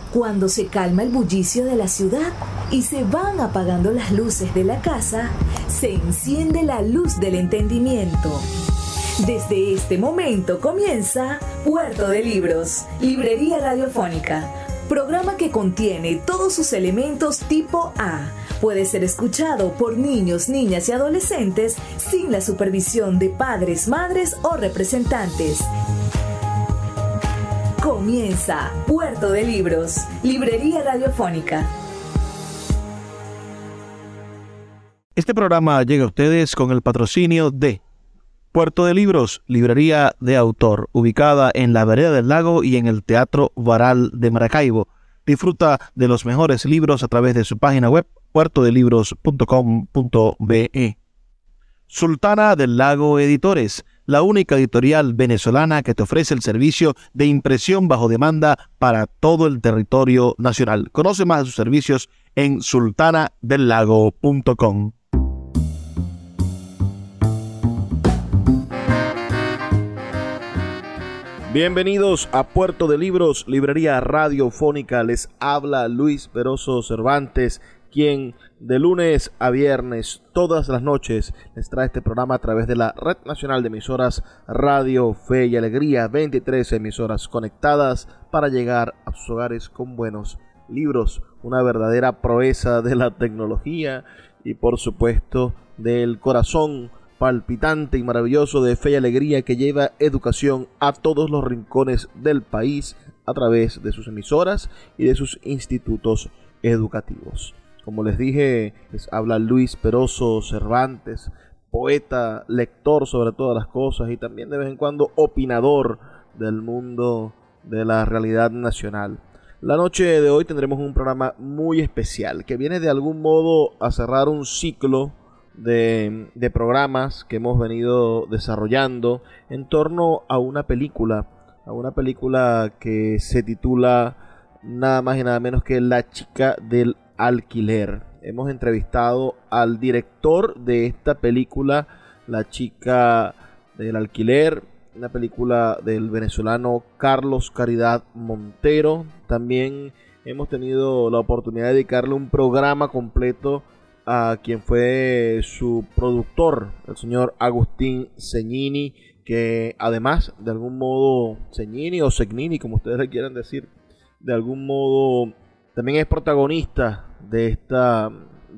Cuando se calma el bullicio de la ciudad y se van apagando las luces de la casa, se enciende la luz del entendimiento. Desde este momento comienza Puerto de Libros, Librería Radiofónica, programa que contiene todos sus elementos tipo A. Puede ser escuchado por niños, niñas y adolescentes sin la supervisión de padres, madres o representantes. Comienza Puerto de Libros, Librería Radiofónica. Este programa llega a ustedes con el patrocinio de Puerto de Libros, librería de autor, ubicada en la Vereda del Lago y en el Teatro Varal de Maracaibo. Disfruta de los mejores libros a través de su página web, puertodelibros.com.be. Sultana del Lago Editores, la única editorial venezolana que te ofrece el servicio de impresión bajo demanda para todo el territorio nacional. Conoce más de sus servicios en sultanadelago.com. Bienvenidos a Puerto de Libros, librería radiofónica. Les habla Luis Peroso Cervantes, quien de lunes a viernes, todas las noches, les trae este programa a través de la Red Nacional de Emisoras Radio Fe y Alegría, 23 emisoras conectadas para llegar a sus hogares con buenos libros, una verdadera proeza de la tecnología y por supuesto del corazón palpitante y maravilloso de Fe y Alegría, que lleva educación a todos los rincones del país a través de sus emisoras y de sus institutos educativos. Como les dije, les habla Luis Peroso Cervantes, poeta, lector sobre todas las cosas y también de vez en cuando opinador del mundo de la realidad nacional. La noche de hoy tendremos un programa muy especial que viene de algún modo a cerrar un ciclo de programas que hemos venido desarrollando en torno a una película que se titula nada más y nada menos que La chica del alquiler. Hemos entrevistado al director de esta película, La chica del alquiler, una película del venezolano Carlos Caridad Montero. También hemos tenido la oportunidad de dedicarle un programa completo a quien fue su productor, el señor Agustín Cegnini, que además de algún modo, Cegnini o Cegnini, como ustedes le quieran decir, de algún modo también es protagonista de esta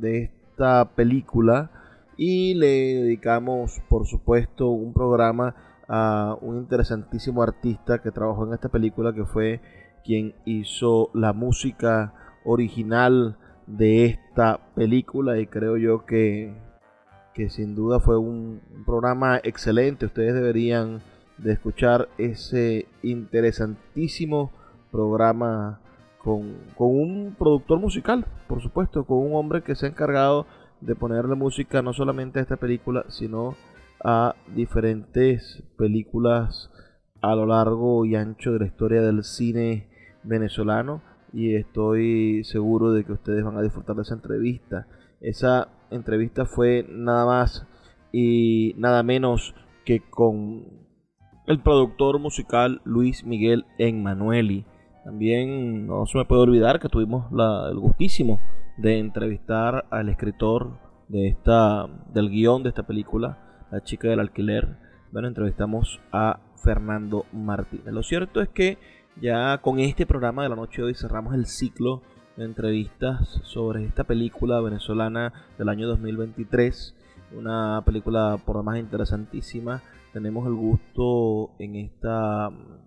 película, y le dedicamos por supuesto un programa a un interesantísimo artista que trabajó en esta película, que fue quien hizo la música original de esta película, y creo yo que sin duda fue un programa excelente. Ustedes deberían de escuchar ese interesantísimo programa con un productor musical, por supuesto, con un hombre que se ha encargado de ponerle música no solamente a esta película, sino a diferentes películas a lo largo y ancho de la historia del cine venezolano. Y estoy seguro de que ustedes van a disfrutar de esa entrevista. Esa entrevista fue nada más y nada menos que con el productor musical Luis Miguel Emmanueli. También no se me puede olvidar que tuvimos el gustísimo de entrevistar al escritor del guión de esta película, La chica del alquiler. Bueno, entrevistamos a Fernando Martínez. Lo cierto es que ya con este programa de la noche de hoy cerramos el ciclo de entrevistas sobre esta película venezolana del año 2023, una película por demás interesantísima. Tenemos el gusto en esta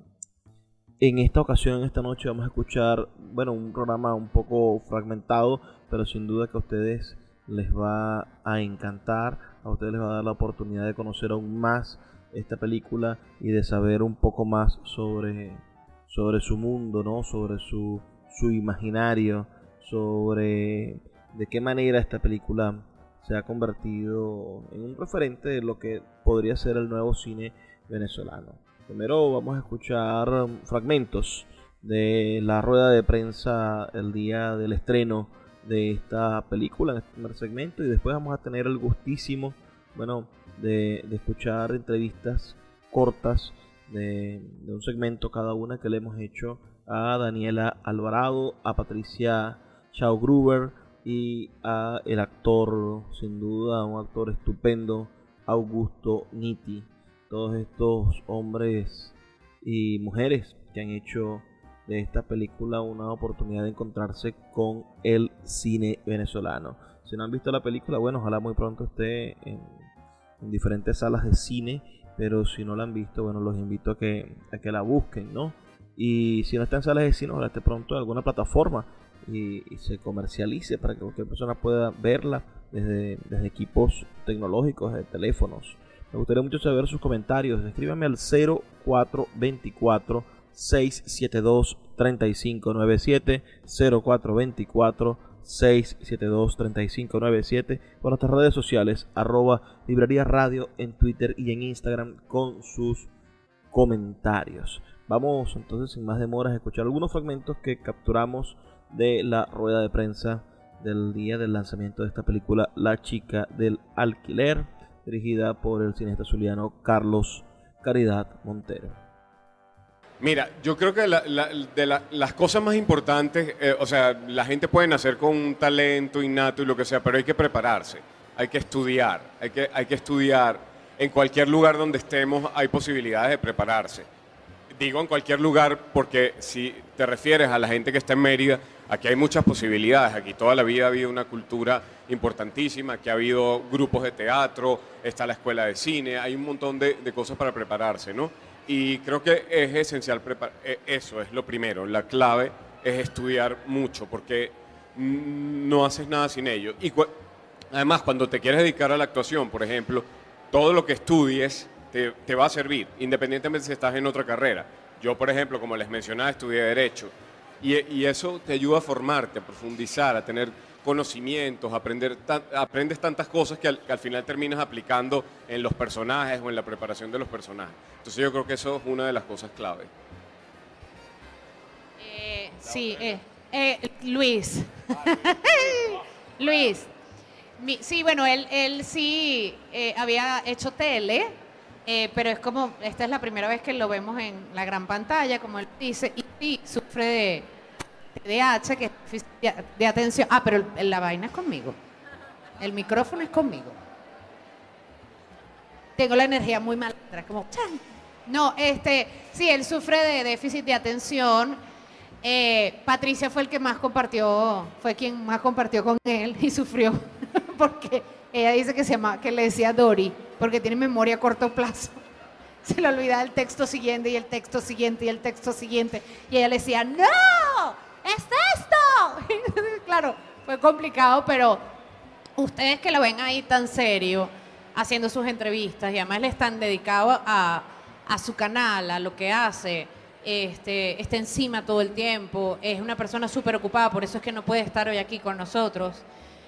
ocasión, en esta noche, vamos a escuchar, un programa un poco fragmentado, pero sin duda que a ustedes les va a encantar, a ustedes les va a dar la oportunidad de conocer aún más esta película y de saber un poco más sobre su mundo, ¿no? Sobre su imaginario, sobre de qué manera esta película se ha convertido en un referente de lo que podría ser el nuevo cine venezolano. Primero vamos a escuchar fragmentos de la rueda de prensa el día del estreno de esta película en este primer segmento, y después vamos a tener el gustísimo de escuchar entrevistas cortas de un segmento cada una que le hemos hecho a Daniela Alvarado, a Patricia Shaw Gruber y a el actor, sin duda, un actor estupendo, Augusto Nitti. Todos estos hombres y mujeres que han hecho de esta película una oportunidad de encontrarse con el cine venezolano. Si no han visto la película, bueno, ojalá muy pronto esté en diferentes salas de cine, pero si no la han visto, bueno, los invito a que la busquen, ¿no? Y si no está en salas de cine, ojalá esté pronto en alguna plataforma y se comercialice para que cualquier persona pueda verla desde equipos tecnológicos, de teléfonos. Me gustaría mucho saber sus comentarios. Escríbanme al 0424 672 3597, 0424 672 3597, con nuestras redes sociales @librería radio en Twitter y en Instagram con sus comentarios. Vamos entonces sin más demoras a escuchar algunos fragmentos que capturamos de la rueda de prensa del día del lanzamiento de esta película La chica del alquiler, dirigida por el cineasta zuliano Carlos Caridad Montero. Mira, yo creo que las cosas más importantes, o sea, la gente puede nacer con un talento innato y lo que sea, pero hay que prepararse, hay que estudiar, hay que estudiar. En cualquier lugar donde estemos hay posibilidades de prepararse. Digo en cualquier lugar porque si te refieres a la gente que está en Mérida, aquí hay muchas posibilidades. Aquí toda la vida ha habido una cultura importantísima, aquí ha habido grupos de teatro, está la escuela de cine, hay un montón de cosas para prepararse, ¿no? Y creo que es esencial eso es lo primero, la clave es estudiar mucho porque no haces nada sin ello. Y además, cuando te quieres dedicar a la actuación, por ejemplo, todo lo que estudies te va a servir, independientemente si estás en otra carrera. Yo, por ejemplo, como les mencionaba, estudié Derecho y eso te ayuda a formarte, a profundizar, a tener conocimientos, aprendes tantas cosas que al final terminas aplicando en los personajes o en la preparación de los personajes. Entonces yo creo que eso es una de las cosas clave. Sí, Luis. Luis. Sí, bueno, él sí había hecho tele, pero es como, esta es la primera vez que lo vemos en la gran pantalla, como él dice, y sí, sufre de TDAH, que es de atención. Ah, pero la vaina es conmigo. El micrófono es conmigo. Tengo la energía muy mal, como ¡chan! No, sí, él sufre de déficit de atención. Patricia fue quien más compartió con él y sufrió porque ella dice que le decía Dory, porque tiene memoria a corto plazo. Se le olvidaba el texto siguiente y el texto siguiente y el texto siguiente. Y ella le decía, ¡no! ¡Es esto! Claro, fue complicado, pero ustedes que lo ven ahí tan serio, haciendo sus entrevistas y además le están dedicados a su canal, a lo que hace, está encima todo el tiempo, es una persona súper ocupada, por eso es que no puede estar hoy aquí con nosotros.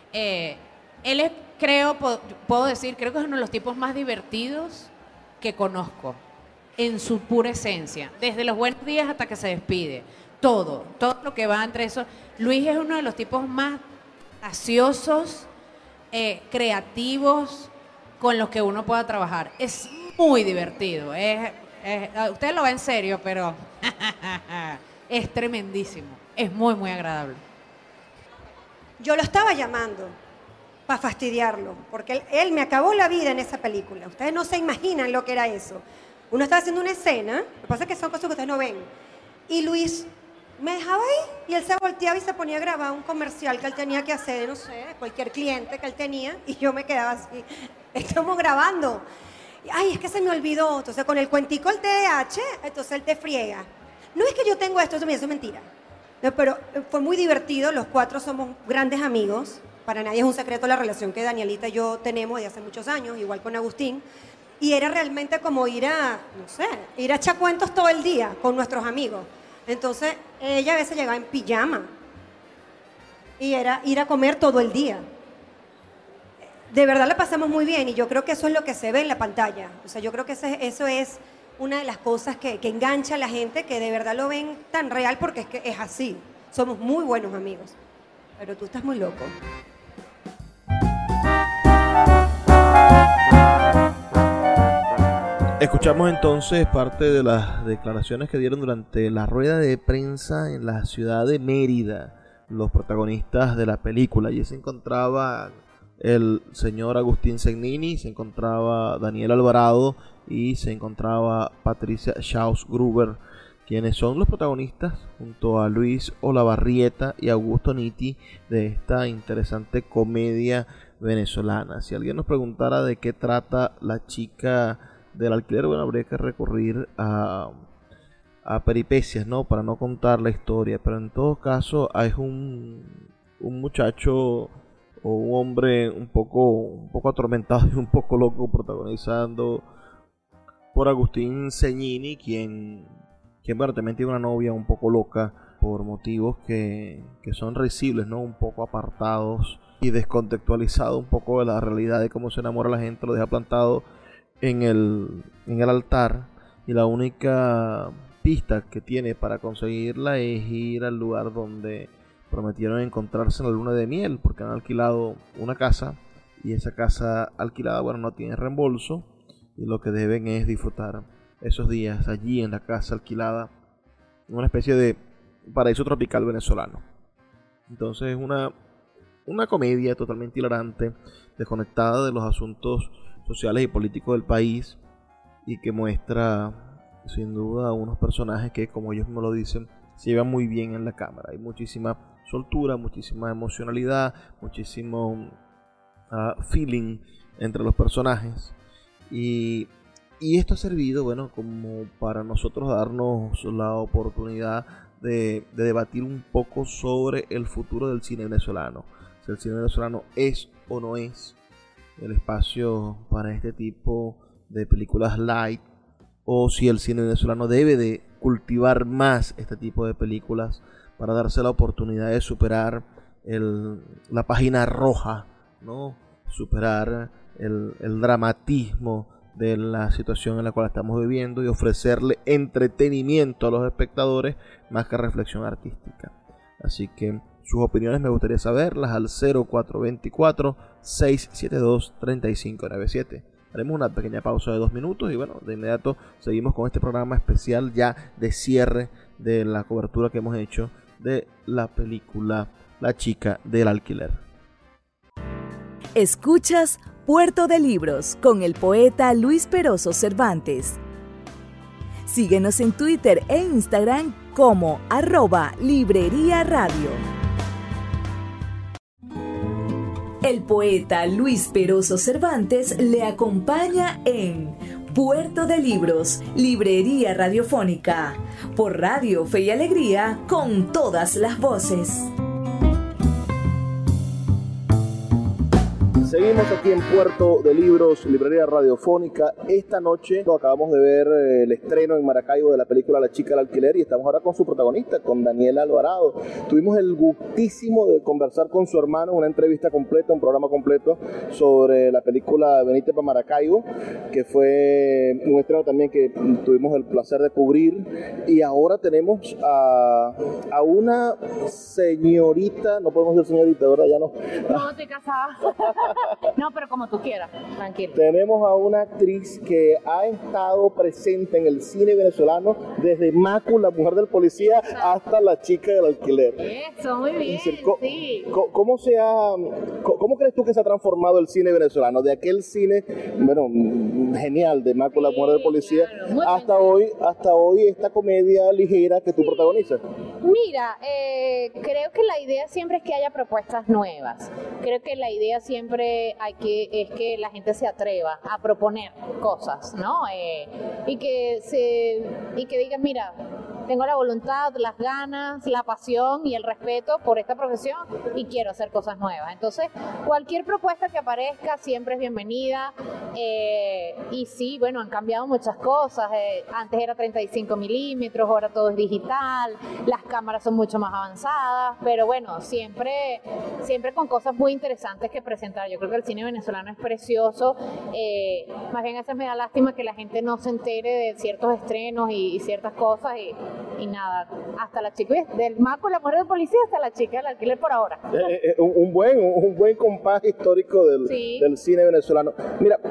Él es, puedo decir, creo que es uno de los tipos más divertidos que conozco, en su pura esencia, desde los buenos días hasta que se despide. Todo lo que va entre eso. Luis es uno de los tipos más graciosos, creativos, con los que uno pueda trabajar. Es muy divertido. Usted lo ve en serio, pero es tremendísimo. Es muy, muy agradable. Yo lo estaba llamando para fastidiarlo, porque él me acabó la vida en esa película. Ustedes no se imaginan lo que era eso. Uno estaba haciendo una escena, lo que pasa es que son cosas que ustedes no ven, y Luis me dejaba ahí y él se volteaba y se ponía a grabar un comercial que él tenía que hacer, no sé, cualquier cliente que él tenía, y yo me quedaba así, estamos grabando. Ay, es que se me olvidó. Entonces, con el cuentico el TDAH, entonces él te friega. No es que yo tengo esto, eso es mentira. No, pero fue muy divertido, los cuatro somos grandes amigos, para nadie es un secreto la relación que Danielita y yo tenemos de hace muchos años, igual con Agustín, y era realmente como ir a echar cuentos todo el día con nuestros amigos. Entonces, ella a veces llegaba en pijama y era ir a comer todo el día. De verdad la pasamos muy bien y yo creo que eso es lo que se ve en la pantalla. O sea, yo creo que eso es una de las cosas que engancha a la gente, que de verdad lo ven tan real porque es que es así. Somos muy buenos amigos. Pero tú estás muy loco. Escuchamos entonces parte de las declaraciones que dieron durante la rueda de prensa en la ciudad de Mérida los protagonistas de la película. Allí se encontraba el señor Agustín Segnini, se encontraba Daniel Alvarado y se encontraba Patricia Schaus-Gruber, quienes son los protagonistas junto a Luis Olavarrieta y Augusto Nitti de esta interesante comedia venezolana. Si alguien nos preguntara de qué trata La chica del alquiler, bueno, habría que recurrir a peripecias, ¿no? Para no contar la historia, pero en todo caso es un muchacho o un hombre un poco atormentado y un poco loco, protagonizando por Agustín Segnini, quien bueno, también tiene una novia un poco loca por motivos que son risibles, ¿no? Un poco apartados y descontextualizados un poco de la realidad de cómo se enamora la gente, lo deja plantado en el altar, y la única pista que tiene para conseguirla es ir al lugar donde prometieron encontrarse en la luna de miel, porque han alquilado una casa y esa casa alquilada, bueno, no tiene reembolso y lo que deben es disfrutar esos días allí en la casa alquilada, una especie de paraíso tropical venezolano. Entonces es una comedia totalmente hilarante, desconectada de los asuntos sociales y políticos del país, y que muestra sin duda unos personajes que, como ellos me lo dicen, se llevan muy bien en la cámara. Hay muchísima soltura, muchísima emocionalidad, muchísimo feeling entre los personajes, y esto ha servido, bueno, como para nosotros darnos la oportunidad de debatir un poco sobre el futuro del cine venezolano. Si el cine venezolano es o no es el espacio para este tipo de películas light, o si el cine venezolano debe de cultivar más este tipo de películas para darse la oportunidad de superar la página roja, ¿no? Superar el dramatismo de la situación en la cual estamos viviendo y ofrecerle entretenimiento a los espectadores más que reflexión artística. Así que sus opiniones me gustaría saberlas al 0424-672-3597. Haremos una pequeña pausa de 2 minutos y bueno, de inmediato seguimos con este programa especial ya de cierre de la cobertura que hemos hecho de la película La chica del alquiler. Escuchas Puerto de Libros con el poeta Luis Peroso Cervantes. Síguenos en Twitter e Instagram como @Librería Radio. El poeta Luis Peroso Cervantes le acompaña en Puerto de Libros, Librería Radiofónica, por Radio Fe y Alegría, con todas las voces. Seguimos aquí en Puerto de Libros, Librería Radiofónica. Esta noche acabamos de ver el estreno en Maracaibo de la película La chica del alquiler y estamos ahora con su protagonista, con Daniel Alvarado. Tuvimos el gustísimo de conversar con su hermano, una entrevista completa, un programa completo sobre la película Venite para Maracaibo, que fue un estreno también que tuvimos el placer de cubrir. Y ahora tenemos a una señorita, no podemos decir señorita, ¿verdad? Ya no. No, estoy casada. No, pero como tú quieras, tranquilo. Tenemos a una actriz que ha estado presente en el cine venezolano desde Macu, la mujer del policía, hasta La chica del alquiler. Eso, muy bien, sí. ¿Cómo crees tú que se ha transformado el cine venezolano? De aquel cine, bueno, genial, de Macu, la mujer del policía, claro, hasta hoy esta comedia ligera que tú protagonizas. Mira, creo que la idea siempre es que haya propuestas nuevas. Creo que la idea siempre es que la gente se atreva a proponer cosas, ¿no? Y que digan, mira, tengo la voluntad, las ganas, la pasión y el respeto por esta profesión y quiero hacer cosas nuevas. Entonces, cualquier propuesta que aparezca siempre es bienvenida. Y sí, bueno, han cambiado muchas cosas. Antes era 35 milímetros, ahora todo es digital, las cámaras son mucho más avanzadas, pero bueno, siempre con cosas muy interesantes que presentar. Yo creo que el cine venezolano es precioso. Más bien a veces me da lástima que la gente no se entere de ciertos estrenos y ciertas cosas y nada, hasta la chica del Maco, la mujer del policía, hasta la chica del alquiler por ahora. Un buen compás histórico del cine venezolano. Mira,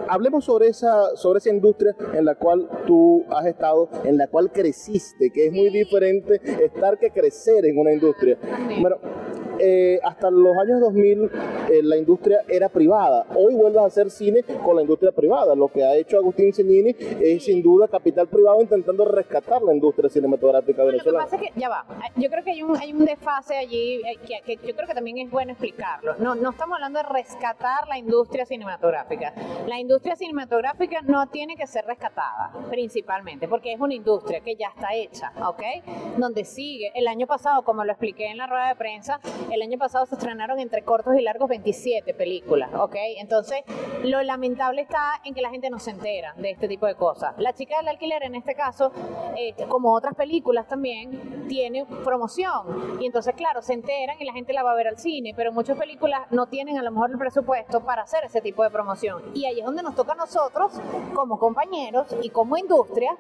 hablemos sobre esa industria en la cual tú has estado, en la cual creciste, que es muy diferente estar que crecer en una industria. Bueno, hasta los años 2000 la industria era privada. Hoy vuelves a hacer cine con la industria privada. Lo que ha hecho Agustín Cellini es sin duda capital privado intentando rescatar la industria cinematográfica venezolana. Lo que pasa es que, ya va, yo creo que hay un desfase allí que yo creo que también es bueno explicarlo. No estamos hablando de rescatar la industria cinematográfica. La industria cinematográfica no tiene que ser rescatada, principalmente, porque es una industria que ya está hecha, ¿ok? Donde sigue. El año pasado, como lo expliqué en la rueda de prensa, el año pasado se estrenaron entre cortos y largos 27 películas, ¿ok? Entonces, lo lamentable está en que la gente no se entera de este tipo de cosas. La chica del alquiler, en este caso, como otras películas también, tiene promoción. Y entonces, claro, se enteran y la gente la va a ver al cine, pero muchas películas no tienen a lo mejor el presupuesto para hacer ese tipo de promoción. Y ahí es donde nos toca a nosotros, como compañeros y como industria,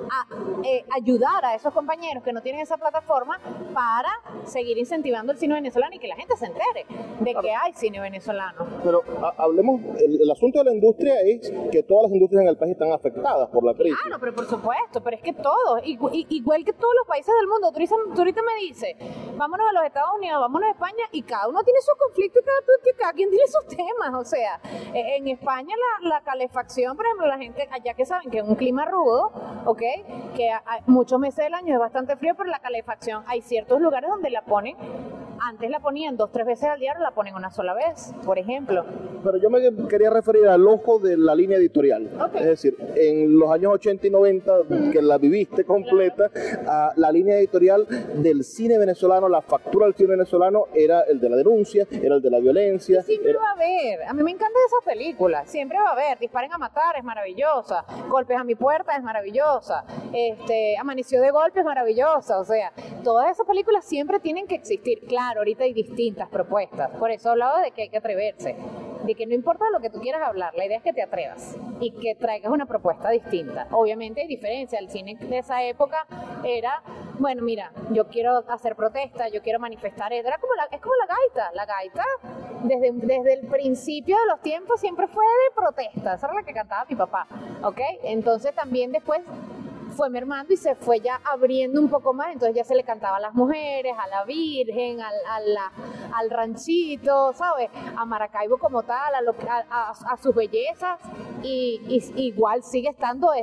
ayudar a esos compañeros que no tienen esa plataforma para seguir incentivando el cine venezolano y que la gente se entere de que hay cine venezolano. Pero hablemos, el asunto de la industria es que todas las industrias en el país están afectadas por la crisis. Claro, pero por supuesto, pero es que todos, igual que todos los países del mundo, tú ahorita me dices, vámonos a los Estados Unidos, vámonos a España, y cada uno tiene sus conflictos y cada quien tiene sus temas, o sea, en España la calefacción, por ejemplo, la gente allá que saben que es un clima rudo, ¿ok? Que muchos meses del año es bastante frío, pero la calefacción, hay ciertos lugares donde la ponen, antes la ponían 2-3 veces al día, ahora la ponen una sola vez, por ejemplo. Pero yo me quería referir al ojo de la línea editorial. Okay. Es decir, en los años 80 y 90, que la viviste completa, la línea editorial del cine venezolano, la factura del cine venezolano era el de la denuncia, era el de la violencia. Y siempre va a haber. A mí me encantan esas películas. Siempre va a haber. Disparen a matar es maravillosa. Golpes a mi puerta es maravillosa. Amaneció de golpe es maravillosa. O sea, todas esas películas siempre tienen que existir. Claro, ahorita hay distintas propuestas. Por eso hablaba de que hay que atreverse. De que no importa lo que tú quieras hablar, la idea es que te atrevas y que traigas una propuesta distinta. Obviamente hay diferencia. El cine de esa época era, bueno, mira, yo quiero hacer protesta, yo quiero manifestar. Es como la gaita. La gaita, desde el principio de los tiempos, siempre fue de protesta. Esa era la que cantaba mi papá, ¿ok? Entonces también después fue mermando y se fue ya abriendo un poco más, entonces ya se le cantaba a las mujeres, a la Virgen, al ranchito, ¿sabes? A Maracaibo como tal, a sus bellezas, y igual sigue estando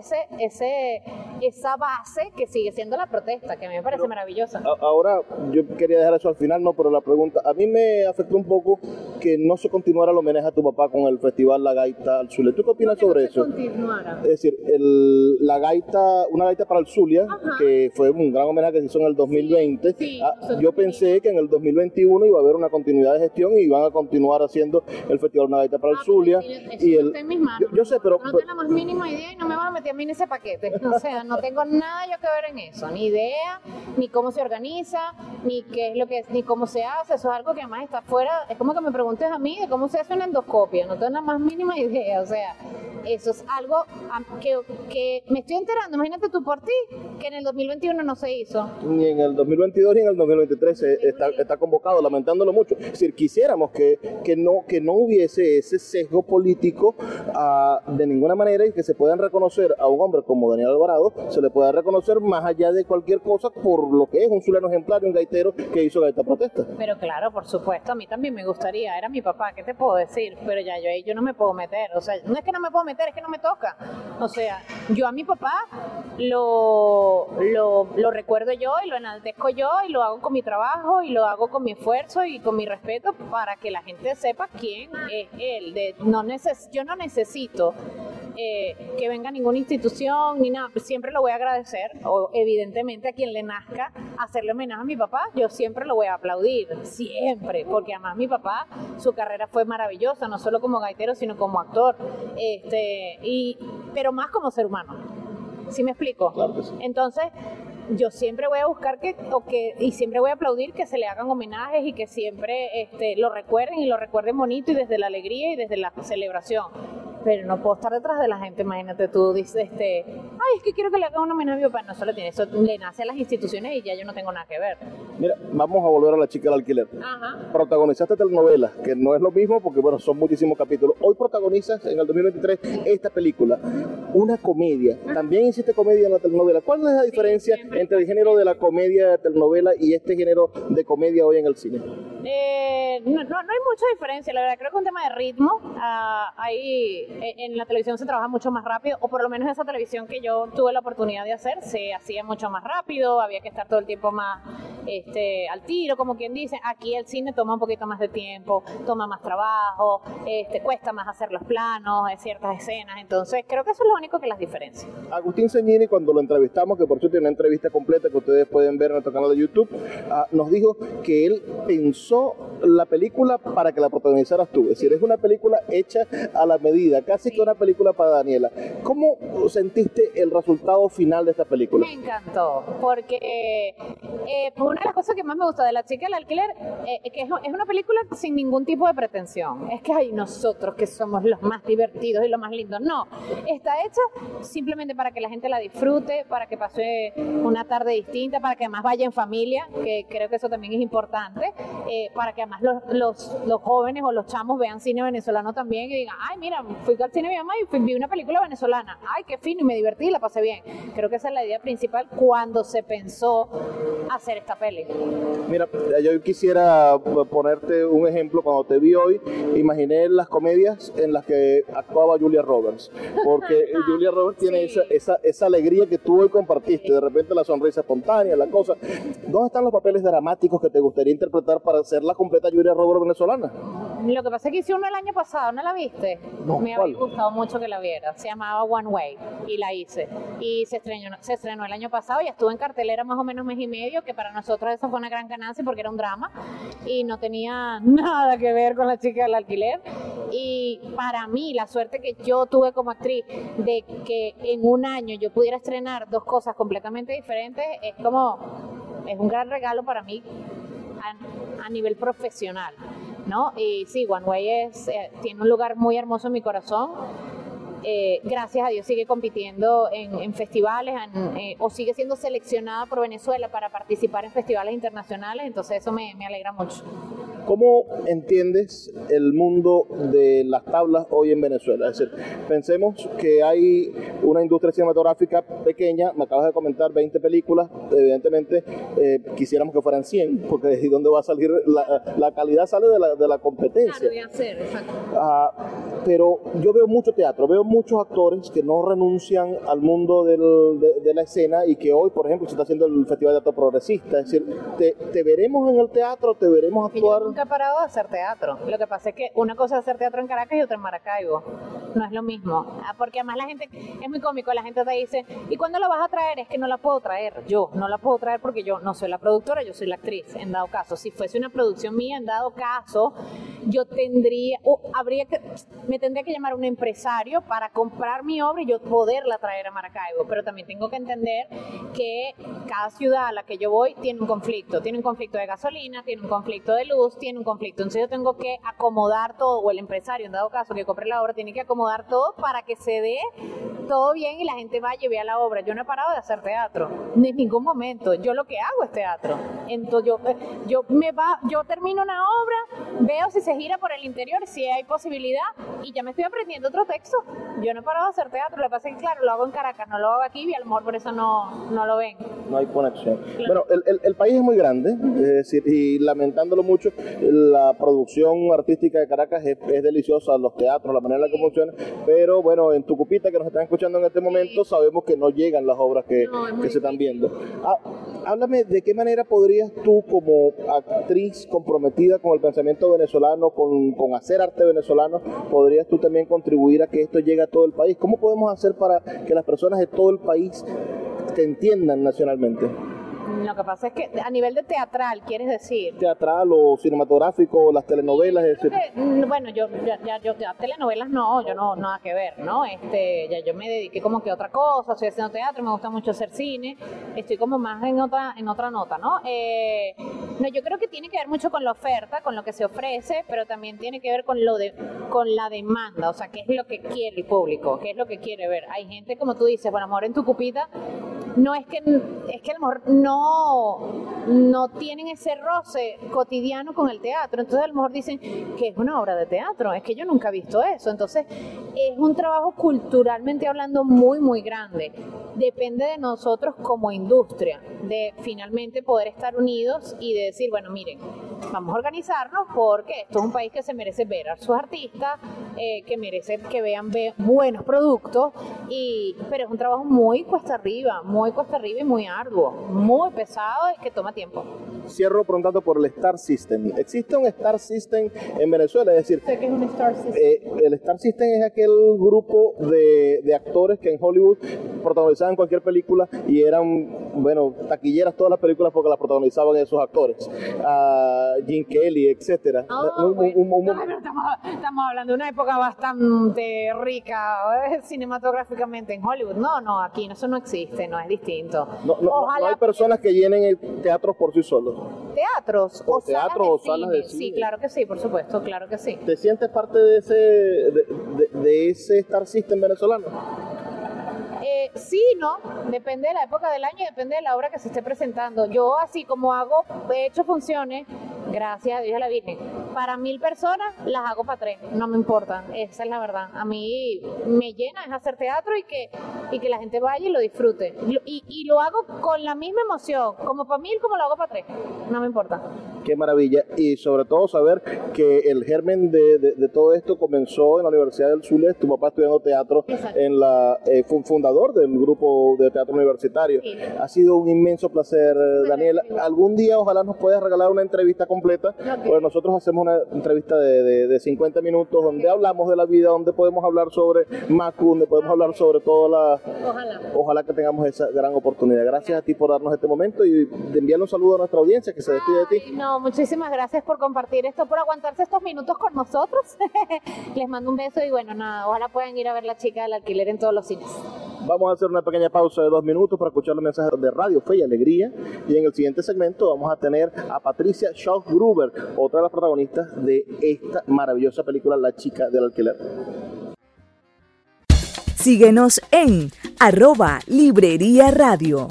esa base que sigue siendo la protesta, que a mí me parece maravillosa. Ahora, yo quería dejar eso al final, no, pero la pregunta, a mí me afectó un poco que no se continuara el homenaje a tu papá con el festival La Gaita al Zulia. ¿Tú qué opinas sobre eso? Continuara. Es decir, una gaita para el Zulia, que fue un gran homenaje que se hizo en el 2020. Sí, yo pensé que en el 2021 iba a haber una continuidad de gestión y iban a continuar haciendo el festival Una Gaita para el Zulia. Y está en mis manos. Yo sé, pero no tengo la más mínima idea y no me van a meter a mí en ese paquete. O sea, no tengo nada yo que ver en eso, ni idea, ni cómo se organiza, ni qué es lo que es, ni cómo se hace. Eso es algo que además está fuera. Es como que me preguntes a mí de cómo se hace una endoscopia. No tengo la más mínima idea. O sea, eso es algo que me estoy enterando. Imagínate tú por ti, que en el 2021 no se hizo. Ni en el 2022 ni en el 2023 está convocado, lamentándolo mucho. Es decir, quisiéramos que no hubiese ese sesgo político de ninguna manera, y que se puedan reconocer a un hombre como Daniel Alvarado, se le pueda reconocer más allá de cualquier cosa por lo que es un zuliano ejemplar y un gaitero que hizo gaita protesta. Pero claro, por supuesto, a mí también me gustaría, era mi papá, ¿qué te puedo decir? Pero ya yo no me puedo meter, o sea, no es que no me puedo meter, es que no me toca. O sea, yo a mi papá lo recuerdo yo y lo enaltezco yo y lo hago con mi trabajo y lo hago con mi esfuerzo y con mi respeto para que la gente sepa quién es él. Yo no necesito que venga ninguna institución ni nada, siempre lo voy a agradecer, o evidentemente a quien le nazca hacerle homenaje a mi papá, yo siempre lo voy a aplaudir, siempre, porque además mi papá, su carrera fue maravillosa, no solo como gaitero sino como actor, pero más como ser humano. ¿Sí me explico? Claro que sí. Entonces, yo siempre voy a buscar y siempre voy a aplaudir que se le hagan homenajes y que siempre lo recuerden y lo recuerden bonito y desde la alegría y desde la celebración. pero no puedo estar detrás de la gente. Imagínate, tú dices, ay, es que quiero que le haga un homenaje a mi papá. No, eso le nace a las instituciones y ya yo no tengo nada que ver. Mira, vamos a volver a La chica del alquiler. Ajá. Protagonizaste telenovelas, que no es lo mismo porque, bueno, son muchísimos capítulos. Hoy protagonizas en el 2023 esta película, una comedia. También hiciste comedia en la telenovela. ¿Cuál es la diferencia entre el género de la comedia de telenovela y este género de comedia hoy en el cine? No hay mucha diferencia, la verdad. Creo que es un tema de ritmo. Ahí en la televisión se trabaja mucho más rápido, o por lo menos esa televisión que yo tuve la oportunidad de hacer se hacía mucho más rápido, había que estar todo el tiempo más al tiro, como quien dice. Aquí el cine toma un poquito más de tiempo, toma más trabajo, cuesta más hacer los planos, ciertas escenas. Entonces creo que eso es lo único que las diferencia. Agustín Cegnini, cuando lo entrevistamos, que por cierto tiene una entrevista completa que ustedes pueden ver en nuestro canal de YouTube, nos dijo que él pensó la película para que la protagonizaras tú. Es decir, es una película hecha a la medida, casi que una película para Daniela. ¿Cómo sentiste el resultado final de esta película? Me encantó, porque una de las cosas que más me gusta de La chica del alquiler es que es una película sin ningún tipo de pretensión. Es que hay nosotros que somos los más divertidos y los más lindos. No, está hecha simplemente para que la gente la disfrute, para que pase una tarde distinta, para que además vaya en familia, que creo que eso también es importante, para que además los jóvenes o los chamos vean cine venezolano también y digan, ay, mira, fui al cine de mi mamá y vi una película venezolana, ay, qué fino, y me divertí y la pasé bien. Creo que esa es la idea principal cuando se pensó hacer esta peli. Mira, yo quisiera ponerte un ejemplo. Cuando te vi hoy, imaginé las comedias en las que actuaba Julia Roberts, porque Julia Roberts tiene esa alegría que tú hoy compartiste, de repente la sonrisa espontánea, la cosa. ¿Dónde están los papeles dramáticos que te gustaría interpretar para ser la completa Julia Roberts venezolana? Lo que pasa es que hice uno el año pasado, ¿no la viste? No, me había gustado mucho que la viera. Se llamaba One Way y la hice. Y se estrenó el año pasado y estuvo en cartelera más o menos mes y medio, que para nosotros eso fue una gran ganancia porque era un drama y no tenía nada que ver con La chica del alquiler. Y para mí, la suerte que yo tuve como actriz de que en un año yo pudiera estrenar dos cosas completamente diferentes, es un gran regalo para mí a nivel profesional, ¿no? Y sí, One Way tiene un lugar muy hermoso en mi corazón. Gracias a Dios sigue compitiendo en festivales o sigue siendo seleccionada por Venezuela para participar en festivales internacionales, entonces eso me alegra mucho. ¿Cómo entiendes el mundo de las tablas hoy en Venezuela? Es decir, pensemos que hay una industria cinematográfica pequeña, me acabas de comentar 20 películas, evidentemente quisiéramos que fueran 100, porque ¿de dónde va a salir? La calidad sale de la competencia. Claro, de hacer, exacto. Pero yo veo mucho teatro, veo muchos actores que no renuncian al mundo de la escena y que hoy, por ejemplo, se está haciendo el Festival de Teatro Progresista. Es decir, ¿te veremos en el teatro? ¿Te veremos actuar? Yo nunca he parado de hacer teatro. Lo que pasa es que una cosa es hacer teatro en Caracas y otra en Maracaibo. No es lo mismo. Porque además la gente, es muy cómico, la gente te dice, ¿y cuándo la vas a traer? Es que no la puedo traer. Yo no la puedo traer porque yo no soy la productora, yo soy la actriz, en dado caso. Si fuese una producción mía, en dado caso, yo me tendría que llamar a un empresario para comprar mi obra y yo poderla traer a Maracaibo. Pero también tengo que entender que cada ciudad a la que yo voy tiene un conflicto de gasolina, tiene un conflicto de luz, tiene un conflicto. Entonces yo tengo que acomodar todo, o el empresario, en dado caso, que compre la obra, tiene que acomodar todo para que se dé todo bien y la gente vaya y vea la obra. Yo no he parado de hacer teatro, en ningún momento. Yo lo que hago es teatro. Entonces yo termino una obra, veo si se gira por el interior, si hay posibilidad, y ya me estoy aprendiendo otro texto. Yo no he parado de hacer teatro. Lo que pasa es que, claro, lo hago en Caracas, no lo hago aquí y a lo mejor por eso no lo ven. No hay conexión. Claro. Bueno, el país es muy grande, es decir, y lamentándolo mucho, la producción artística de Caracas es deliciosa, los teatros, la manera en la que funciona, pero bueno, en Tucupita, que nos están escuchando en este momento, sabemos que no llegan las obras que se están viendo. Háblame, ¿de qué manera podrías tú, como actriz comprometida con el pensamiento venezolano, con hacer arte venezolano, podrías tú también contribuir a que esto llegue a todo el país? ¿Cómo podemos hacer para que las personas de todo el país te entiendan nacionalmente? Lo que pasa es que a nivel de teatral, ¿quieres decir? Teatral o cinematográfico, las telenovelas, es decir. Bueno, yo ya telenovelas no, yo no, nada que ver, ¿no? Ya yo me dediqué como que a otra cosa, estoy haciendo teatro, me gusta mucho hacer cine, estoy como más en otra nota, ¿no? No, yo creo que tiene que ver mucho con la oferta, con lo que se ofrece, pero también tiene que ver con la demanda, o sea, qué es lo que quiere el público, qué es lo que quiere ver. Hay gente, como tú dices, bueno, a lo mejor en tu cupita, es que a lo mejor no tienen ese roce cotidiano con el teatro, entonces a lo mejor dicen que es una obra de teatro, es que yo nunca he visto eso, entonces es un trabajo culturalmente hablando muy, muy grande. Depende de nosotros como industria, de finalmente poder estar unidos y de decir, bueno, miren, vamos a organizarnos porque esto es un país que se merece ver a sus artistas, que merece que vean buenos productos, pero es un trabajo muy cuesta arriba y muy arduo, muy pesado y que toma tiempo. Cierro preguntando por el Star System. ¿Existe un Star System en Venezuela? Es decir, ¿Qué es un Star System? El Star System es aquel grupo de actores que en Hollywood protagonizaban cualquier película y eran, bueno, taquilleras todas las películas porque las protagonizaban esos actores. Jim Kelly, etcétera. Pero estamos hablando de una época bastante rica cinematográficamente en Hollywood. No, aquí eso no existe, no es distinto. No hay personas que llenen teatros por sí solos. ¿Teatros? O teatros o salas de cine. Sí, claro que sí, por supuesto, claro que sí. ¿Te sientes parte de ese Star System venezolano? Sí, no, depende de la época del año y depende de la obra que se esté presentando. Yo, así como he hecho funciones, gracias a Dios y a la Virgen, para 1000 personas las hago para 3, no me importa, esa es la verdad. A mí me llena es hacer teatro y que la gente vaya y lo disfrute. Y lo hago con la misma emoción, como para 1000 como lo hago para 3, no me importa. Qué maravilla, y sobre todo saber que el germen de todo esto comenzó en la Universidad del Zulia, tu papá estudiando teatro. Exacto. Fue un fundador del grupo de teatro universitario. Sí. Ha sido un inmenso placer, Daniela. Algún día ojalá nos puedas regalar una entrevista completa, porque nosotros hacemos una entrevista de 50 minutos donde hablamos de la vida, donde podemos hablar sobre Macu, donde podemos hablar sobre todas Ojalá que tengamos esa gran oportunidad. Gracias a ti por darnos este momento y de enviarle un saludo a nuestra audiencia que se despide de ti. No, muchísimas gracias por compartir esto, por aguantarse estos minutos con nosotros. Les mando un beso y bueno, nada, ojalá puedan ir a ver La Chica del Alquiler en todos los cines. Vamos a hacer una pequeña pausa de 2 minutos para escuchar los mensajes de Radio Fe y Alegría, y en el siguiente segmento vamos a tener a Patricia Shaw Gruber, otra de las protagonistas de esta maravillosa película La Chica del Alquiler. Síguenos en @Librería Radio.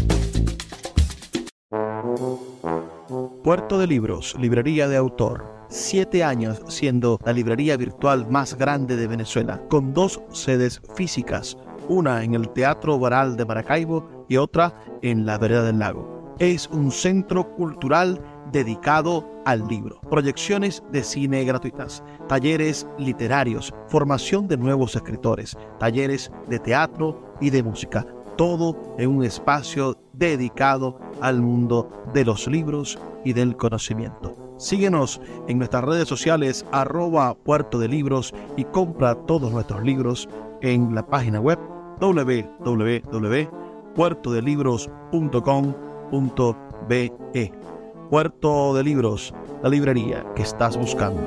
Puerto de Libros, librería de autor. 7 años siendo la librería virtual más grande de Venezuela, con 2 sedes físicas, una en el Teatro Baral de Maracaibo y otra en la Vereda del Lago. Es un centro cultural dedicado al libro, proyecciones de cine gratuitas, talleres literarios, formación de nuevos escritores, talleres de teatro y de música, todo en un espacio dedicado al mundo de los libros y del conocimiento. Síguenos en nuestras redes sociales @Puerto de Libros y compra todos nuestros libros en la página web www.puertodelibros.com.be. Puerto de Libros, la librería que estás buscando.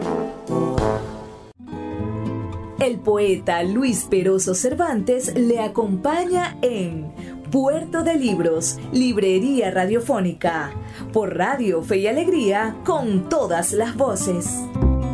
El poeta Luis Peroso Cervantes le acompaña en Puerto de Libros, librería radiofónica, por Radio Fe y Alegría, con todas las voces.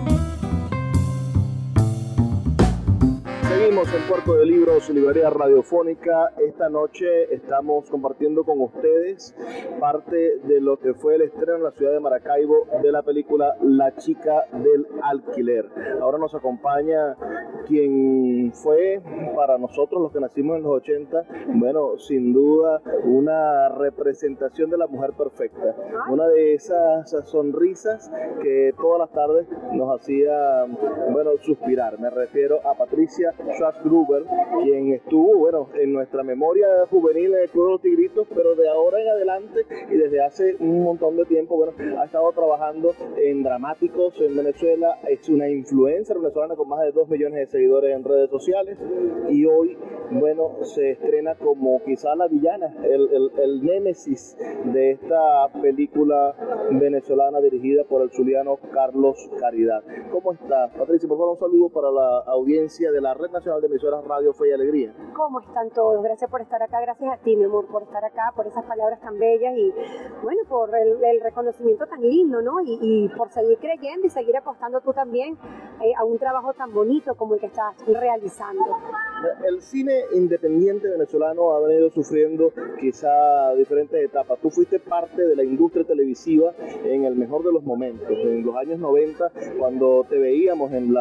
Seguimos en Puerto de Libros, librería radiofónica. Esta noche estamos compartiendo con ustedes parte de lo que fue el estreno en la ciudad de Maracaibo de la película La Chica del Alquiler. Ahora nos acompaña quien fue para nosotros, los que nacimos en los 80, bueno, sin duda una representación de la mujer perfecta. Una de esas sonrisas que todas las tardes nos hacía, bueno, suspirar. Me refiero a Patricia Schwarzenegger, quien estuvo, bueno, en nuestra memoria juvenil en el Club de los Tigritos, pero de ahora en adelante y desde hace un montón de tiempo, bueno, ha estado trabajando en dramáticos en Venezuela, es una influencer venezolana con más de 2 millones de seguidores en redes sociales y hoy, bueno, se estrena como quizá la villana, el némesis de esta película venezolana dirigida por el zuliano Carlos Caridad. ¿Cómo estás, Patricia? Por favor, un saludo para la audiencia de la Red Nacional de Emisoras Radio Fe y Alegría. ¿Cómo están todos? Gracias por estar acá, gracias a ti, mi amor, por estar acá, por esas palabras tan bellas y, bueno, por el reconocimiento tan lindo, ¿no? Y por seguir creyendo y seguir apostando tú también a un trabajo tan bonito como el que estás realizando. El cine independiente venezolano ha venido sufriendo quizá diferentes etapas. Tú fuiste parte de la industria televisiva en el mejor de los momentos, en los años 90, cuando te veíamos en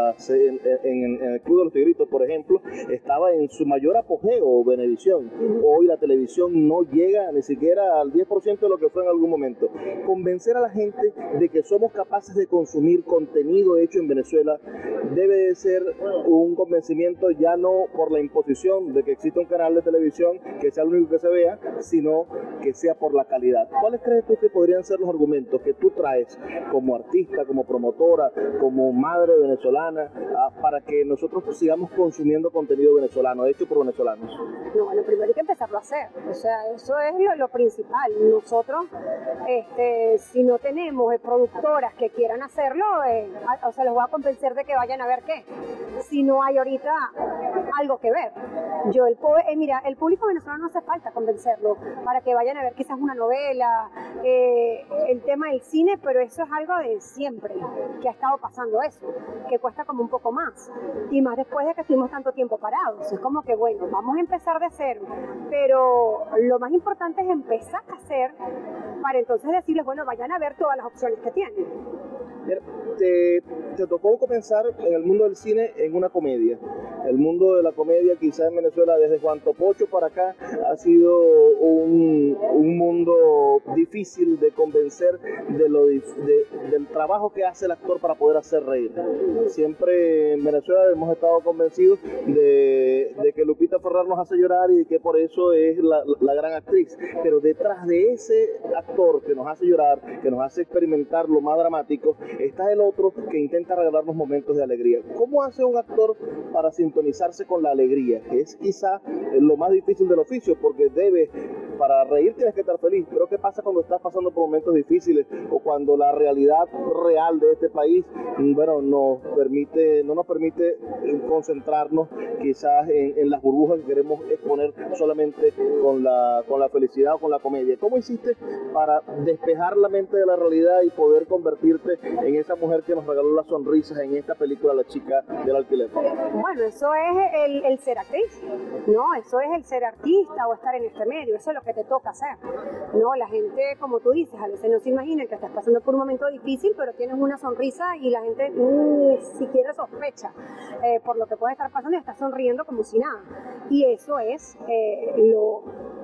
el Club de los Tigritos, por ejemplo, estaba en su mayor apogeo Venevisión. Hoy la televisión no llega ni siquiera al 10% de lo que fue en algún momento. Convencer a la gente de que somos capaces de consumir contenido hecho en Venezuela debe de ser un convencimiento ya no por la imposición de que exista un canal de televisión que sea el único que se vea, sino que sea por la calidad. ¿Cuáles crees tú que podrían ser los argumentos que tú traes como artista, como promotora, como madre venezolana, para que nosotros sigamos consumiendo contenido venezolano, hecho por venezolanos? No, bueno, primero hay que empezarlo a hacer, o sea, eso es lo principal. Nosotros, si no tenemos productoras que quieran hacerlo, o sea, los voy a convencer de que vayan a ver qué, si no hay ahorita algo que ver. Mira, el público venezolano no hace falta convencerlo para que vayan a ver quizás una novela, el tema del cine, pero eso es algo de siempre, que ha estado pasando eso, que cuesta como un poco más, y más después de que estuvimos tanto tiempo parados. Es como que, bueno, vamos a empezar de cero, pero lo más importante es empezar a hacer para entonces decirles, bueno, vayan a ver todas las opciones que tienen. Te tocó comenzar en el mundo del cine en una comedia. El mundo de la comedia quizás en Venezuela desde Juan Topocho para acá ha sido un mundo difícil de convencer del trabajo que hace el actor para poder hacer reír. Siempre en Venezuela hemos estado convencidos de que Lupita Ferrer nos hace llorar y que por eso es la gran actriz. Pero detrás de ese actor que nos hace llorar, que nos hace experimentar lo más dramático, está el otro que intenta regalarnos momentos de alegría. ¿Cómo hace un actor para sintonizarse con la alegría? Que es quizá lo más difícil del oficio, porque para reír tienes que estar feliz, pero ¿qué pasa cuando estás pasando por momentos difíciles o cuando la realidad real de este país, bueno, no nos permite concentrarnos quizás en las burbujas que queremos exponer solamente con la felicidad o con la comedia? ¿Cómo hiciste para despejar la mente de la realidad y poder convertirte en esa mujer que nos regaló las sonrisas en esta película, La chica del alquiler? Bueno, eso es el ser actriz, ¿no? Eso es el ser artista o estar en este medio, eso es lo que te toca hacer, ¿no? La gente, como tú dices, a veces no se imagina que estás pasando por un momento difícil, pero tienes una sonrisa y la gente ni siquiera sospecha por lo que puede estar pasando y estás sonriendo como si nada. Y eso es lo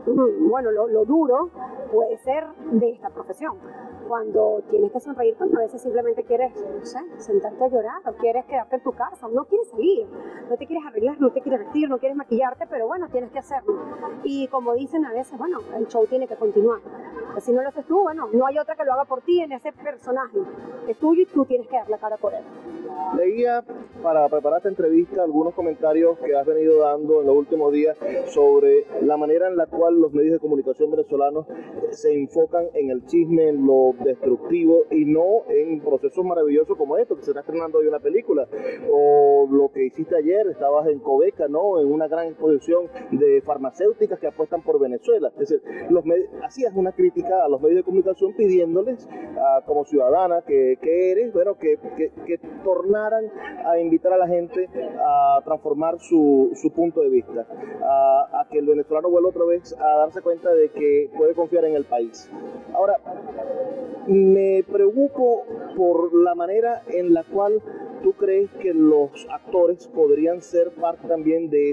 duro puede ser de esta profesión. Cuando tienes que sonreír, cuando a veces simplemente quieres, no sé, sentarte a llorar, o quieres quedarte en tu casa, o no quieres salir, no te quieres arreglar, no te quieres vestir, no quieres maquillarte, pero bueno, tienes que hacerlo. Y como dicen a veces, bueno, el show tiene que continuar. Pues si no lo haces tú, bueno, no hay otra que lo haga por ti en ese personaje. Es tuyo y tú tienes que dar la cara por él. Leía para preparar esta entrevista algunos comentarios que has venido dando en los últimos días sobre la manera en la cual los medios de comunicación venezolanos se enfocan en el chisme, en lo destructivo y no en procesos maravillosos como esto, que se está estrenando hoy una película, o lo que hiciste ayer, estabas en Coveca, ¿no? En una gran exposición de farmacéuticas que apuestan por Venezuela. Es decir, hacías una crítica a los medios de comunicación pidiéndoles, como ciudadana que eres, bueno, que tornaran a invitar a la gente a transformar su punto de vista, a que el venezolano vuelva otra vez a darse cuenta de que puede confiar en el país. Ahora, me preocupo por la manera en la cual tú crees que los actores podrían ser parte también de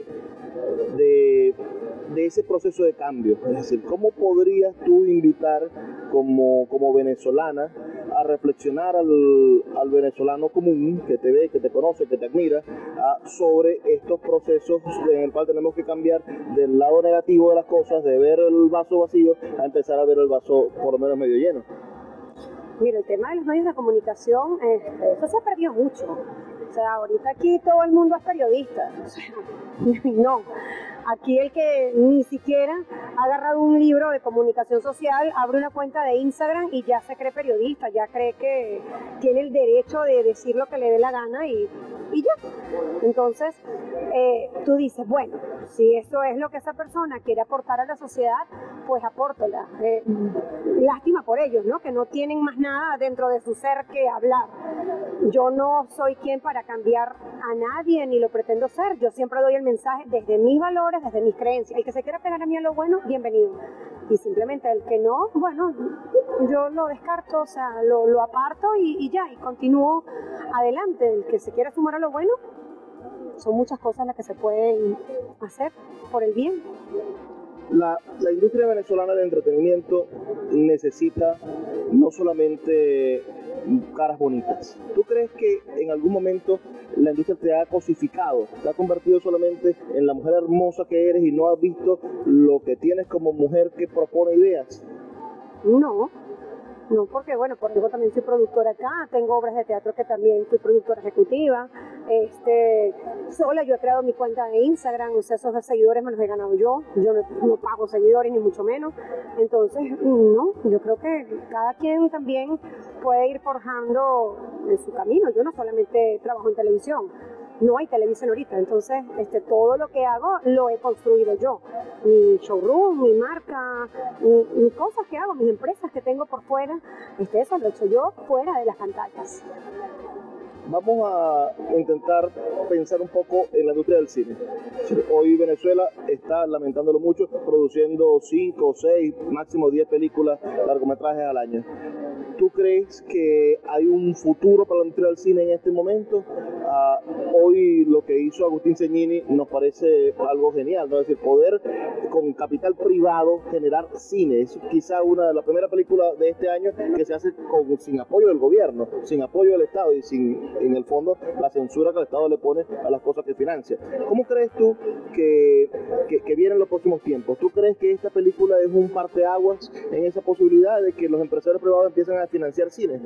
ese proceso de cambio. Es decir, ¿cómo podrías tú invitar como venezolana a reflexionar al venezolano común que te ve, que te conoce, que te admira, sobre estos procesos en el cual tenemos que cambiar del lado negativo de las cosas, de ver el vaso vacío, a empezar a ver el vaso por lo menos medio lleno? Mira, el tema de los medios de comunicación, eso se ha perdido mucho. O sea, ahorita aquí todo el mundo es periodista. O sea, no. Aquí el que ni siquiera ha agarrado un libro de comunicación social, abre una cuenta de Instagram y ya se cree periodista, ya cree que tiene el derecho de decir lo que le dé la gana y ya. Entonces, tú dices, bueno, si eso es lo que esa persona quiere aportar a la sociedad, pues apórtala. Lástima por ellos, ¿no? Que no tienen más nada dentro de su ser que hablar. Yo no soy quien para cambiar a nadie, ni lo pretendo ser. Yo siempre doy el mensaje desde mis valores, desde mis creencias. El que se quiera pegar a mí a lo bueno, bienvenido. Y simplemente el que no, bueno, yo lo descarto, o sea, lo aparto y ya, y continúo adelante. El que se quiera sumar a lo bueno, son muchas cosas las que se pueden hacer por el bien. La industria venezolana de entretenimiento necesita no solamente caras bonitas. ¿Tú crees que en algún momento la industria te ha cosificado, te ha convertido solamente en la mujer hermosa que eres y no has visto lo que tienes como mujer que propone ideas? No, porque bueno, por ejemplo también soy productora acá, tengo obras de teatro que también fui productora ejecutiva, sola yo he creado mi cuenta de Instagram, o sea, esos seguidores me los he ganado yo no pago seguidores ni mucho menos, entonces no, yo creo que cada quien también puede ir forjando en su camino, yo no solamente trabajo en televisión, no hay televisión ahorita, entonces todo lo que hago lo he construido yo, mi showroom, mi marca, mis cosas que hago, mis empresas que tengo por fuera, eso lo he hecho yo fuera de las pantallas. Vamos a intentar pensar un poco en la industria del cine. Hoy Venezuela está, lamentándolo mucho, produciendo 5, 6, máximo 10 películas, largometrajes al año. ¿Tú crees que hay un futuro para la industria del cine en este momento? Hoy lo que hizo Agustín Cegnini nos parece algo genial, ¿no? Es decir, poder con capital privado generar cine. Es quizá la primera película de este año que se hace sin apoyo del gobierno, sin apoyo del Estado y sin, en el fondo, la censura que el Estado le pone a las cosas que financia. ¿Cómo crees tú que vienen los próximos tiempos? ¿Tú crees que esta película es un parteaguas en esa posibilidad de que los empresarios privados empiecen a financiar cine?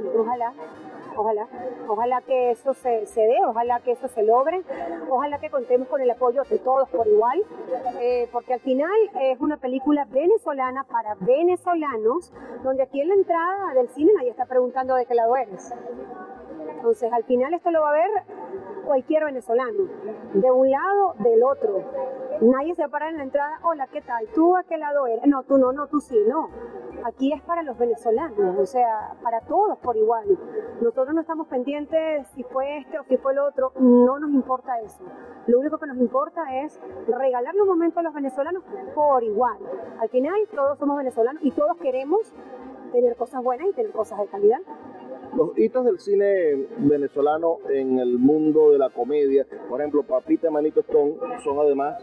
Ojalá que eso se dé, ojalá que eso se logre, ojalá que contemos con el apoyo de todos por igual, porque al final es una película venezolana para venezolanos, donde aquí en la entrada del cine nadie está preguntando de qué lado eres. Entonces al final esto lo va a ver cualquier venezolano, de un lado, del otro. Nadie se va a parar en la entrada, hola, ¿qué tal? ¿Tú a qué lado eres? No, tú no, tú sí, no. Aquí es para los venezolanos, o sea, para todos por igual. Nosotros no estamos pendientes si fue o si fue el otro, no nos importa eso. Lo único que nos importa es regalarle un momento a los venezolanos por igual. Al final todos somos venezolanos y todos queremos tener cosas buenas y tener cosas de calidad. Los hitos del cine venezolano en el mundo de la comedia, por ejemplo, Papita y Manito Stone, son además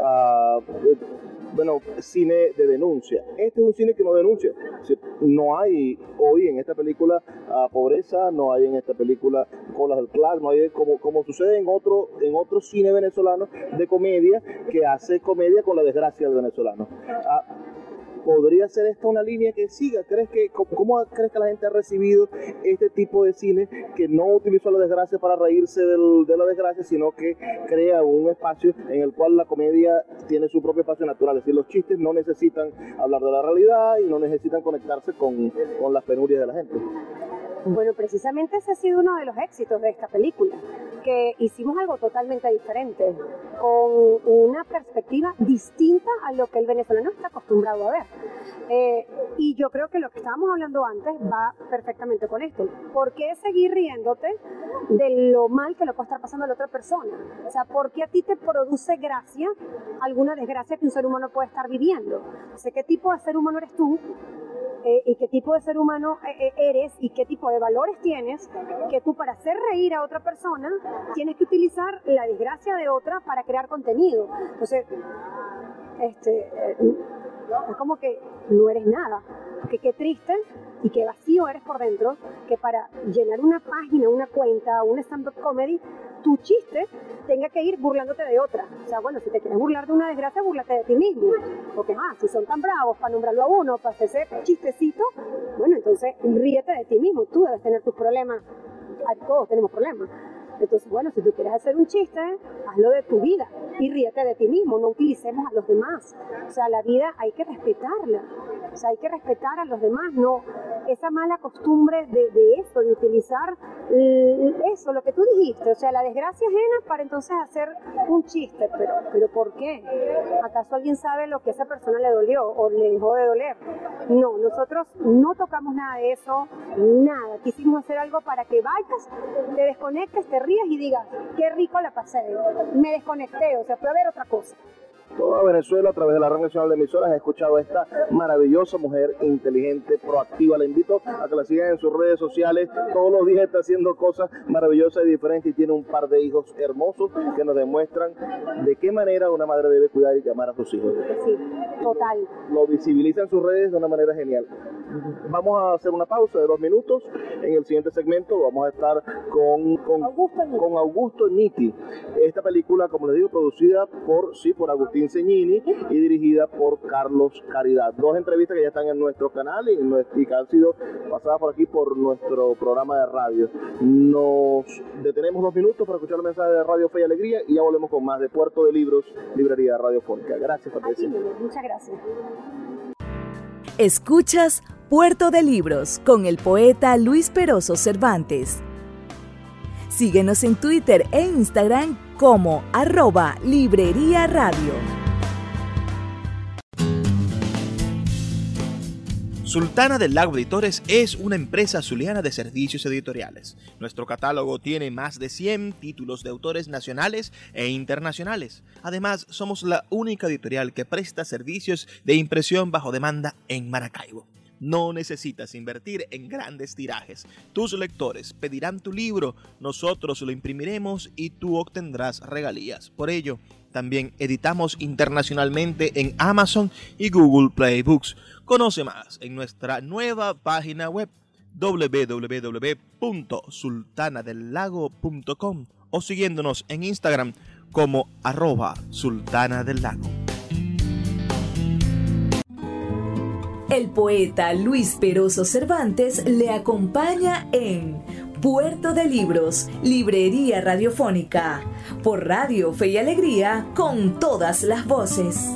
cine de denuncia. Este es un cine que no denuncia. No hay hoy en esta película pobreza, no hay en esta película colas del clan, no hay como sucede en otro cine venezolano de comedia que hace comedia con la desgracia del venezolano. ¿Podría ser esta una línea que siga? ¿Cómo crees que la gente ha recibido este tipo de cine que no utilizó la desgracia para reírse de la desgracia, sino que crea un espacio en el cual la comedia tiene su propio espacio natural? Es decir, los chistes no necesitan hablar de la realidad y no necesitan conectarse con las penurias de la gente. Bueno, precisamente ese ha sido uno de los éxitos de esta película, que hicimos algo totalmente diferente, con una perspectiva distinta a lo que el venezolano está acostumbrado a ver. Y yo creo que lo que estábamos hablando antes va perfectamente con esto. ¿Por qué seguir riéndote de lo mal que le puede estar pasando a la otra persona? O sea, ¿por qué a ti te produce gracia alguna desgracia que un ser humano puede estar viviendo? O sea, ¿qué tipo de ser humano eres tú? Y qué tipo de ser humano eres y qué tipo de valores tienes, que tú para hacer reír a otra persona tienes que utilizar la desgracia de otra para crear contenido. Entonces, Es como que no eres nada. Que qué triste y qué vacío eres por dentro, que para llenar una página, una cuenta, un stand-up comedy, tu chiste tenga que ir burlándote de otra. O sea, bueno, si te quieres burlar de una desgracia, búrlate de ti mismo. Porque si son tan bravos para nombrarlo a uno, para hacer ese chistecito, bueno, entonces ríete de ti mismo. Tú debes tener tus problemas. Todos tenemos problemas. Entonces, bueno, si tú quieres hacer un chiste, hazlo de tu vida y ríete de ti mismo, no utilicemos a los demás. O sea, la vida hay que respetarla, o sea, hay que respetar a los demás, no esa mala costumbre de eso, de utilizar eso, lo que tú dijiste, o sea, la desgracia ajena para entonces hacer un chiste, pero ¿por qué? ¿Acaso alguien sabe lo que a esa persona le dolió o le dejó de doler? No, nosotros no tocamos nada de eso, nada, quisimos hacer algo para que vayas, te desconectes, te rías y digas, qué rico la pasé, me desconecté, o sea, puede haber otra cosa. Toda Venezuela, a través de la Red Nacional de Emisoras, ha escuchado a esta maravillosa mujer inteligente, proactiva. La invito a que la sigan en sus redes sociales. Todos los días está haciendo cosas maravillosas y diferentes y tiene un par de hijos hermosos que nos demuestran de qué manera una madre debe cuidar y amar a sus hijos. Sí, total. Lo visibiliza en sus redes de una manera genial. Vamos a hacer una pausa de 2 minutos. En el siguiente segmento vamos a estar con Augusto Nitti. Esta película, como les digo, producida por Agustín Cegnini y dirigida por Carlos Caridad. 2 entrevistas que ya están en nuestro canal y que han sido pasadas por aquí por nuestro programa de radio. Nos detenemos 2 minutos para escuchar el mensaje de Radio Fe y Alegría y ya volvemos con más de Puerto de Libros, Librería Radiofónica. Gracias, Patricia. Muchas gracias. Escuchas Puerto de Libros con el poeta Luis Peroso Cervantes. Síguenos en Twitter e Instagram como @Librería Radio. Sultana del Lago Editores es una empresa zuliana de servicios editoriales. Nuestro catálogo tiene más de 100 títulos de autores nacionales e internacionales. Además, somos la única editorial que presta servicios de impresión bajo demanda en Maracaibo. No necesitas invertir en grandes tirajes. Tus lectores pedirán tu libro, nosotros lo imprimiremos y tú obtendrás regalías. Por ello, también editamos internacionalmente en Amazon y Google Play Books. Conoce más en nuestra nueva página web www.sultanadelago.com o siguiéndonos en Instagram como @sultanadelago. El poeta Luis Peroso Cervantes le acompaña en Puerto de Libros, Librería Radiofónica, por Radio Fe y Alegría, con todas las voces.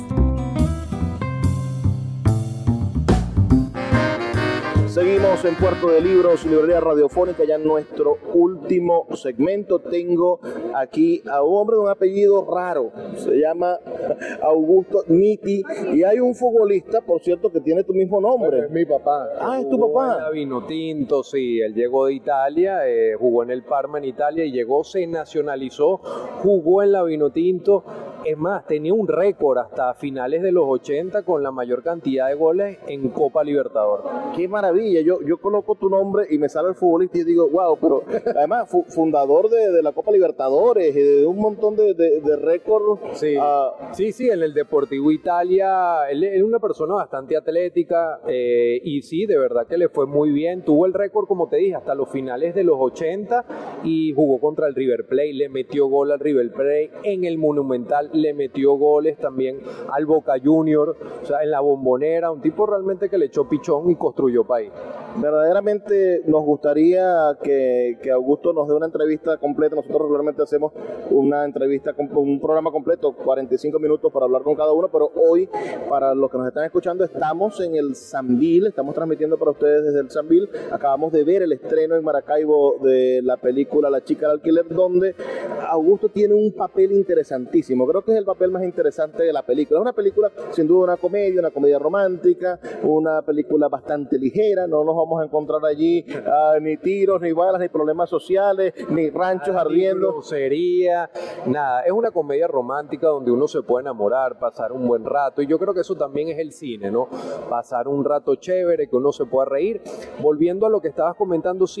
Seguimos en Puerto de Libros, Librería Radiofónica, ya en nuestro último segmento. Tengo aquí a un hombre de un apellido raro, se llama Augusto Nitti, y hay un futbolista, por cierto, que tiene tu mismo nombre. Bueno, es mi papá. Ah, es tu papá. En la Vinotinto, sí, él llegó de Italia, jugó en el Parma en Italia y llegó, se nacionalizó, jugó en la Vinotinto. Es más, tenía un récord hasta finales de los 80 con la mayor cantidad de goles en Copa Libertadores. ¡Qué maravilla! Yo coloco tu nombre y me sale el futbolista y digo, wow, pero además fundador de la Copa Libertadores y de un montón de récords. Sí. Sí, en el Deportivo Italia, él es una persona bastante atlética y sí, de verdad que le fue muy bien. Tuvo el récord, como te dije, hasta los finales de los 80 y jugó contra el River Plate, le metió gol al River Plate, en el Monumental le metió goles también al Boca Junior, o sea, en la Bombonera, un tipo realmente que le echó pichón y construyó país. Verdaderamente nos gustaría que Augusto nos dé una entrevista completa. Nosotros regularmente hacemos una entrevista, un programa completo, 45 minutos para hablar con cada uno, pero hoy, para los que nos están escuchando, estamos en el Sambil, estamos transmitiendo para ustedes desde el Sambil. Acabamos de ver el estreno en Maracaibo de la película La chica del alquiler, donde Augusto tiene un papel interesantísimo. Creo que es el papel más interesante de la película. Es una película, sin duda, una comedia romántica, una película bastante ligera. No nos vamos a encontrar allí ni tiros, ni balas, ni problemas sociales, ni ranchos ardiendo. Ni grosería, nada. Es una comedia romántica donde uno se puede enamorar, pasar un buen rato. Y yo creo que eso también es el cine, ¿no? Pasar un rato chévere, que uno se pueda reír. Volviendo a lo que estabas comentando, sí,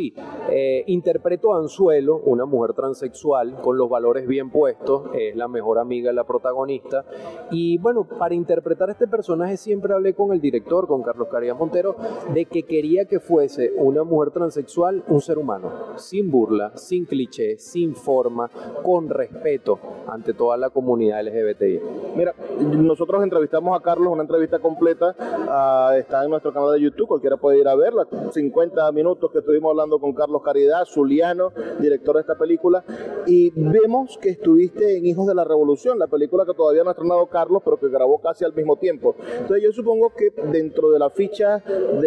Interpreto a Anzuelo, una mujer transexual con los valores bien puestos, es la mejor amiga de la protagonista. Y bueno, para interpretar a este personaje siempre hablé con el director, con Carlos Caridad Montero, de que quería que fuese una mujer transexual, un ser humano, sin burla, sin cliché, sin forma, con respeto ante toda la comunidad LGBTI. Mira, nosotros entrevistamos a Carlos, una entrevista completa, está en nuestro canal de YouTube, cualquiera puede ir a verla, 50 minutos que estuvimos hablando con Carlos Caridad, zuliano, director de esta película, y vemos que estuviste en Hijos de la Revolución, la película que todavía no ha estrenado Carlos, pero que grabó casi al mismo tiempo. Entonces yo supongo que dentro de la ficha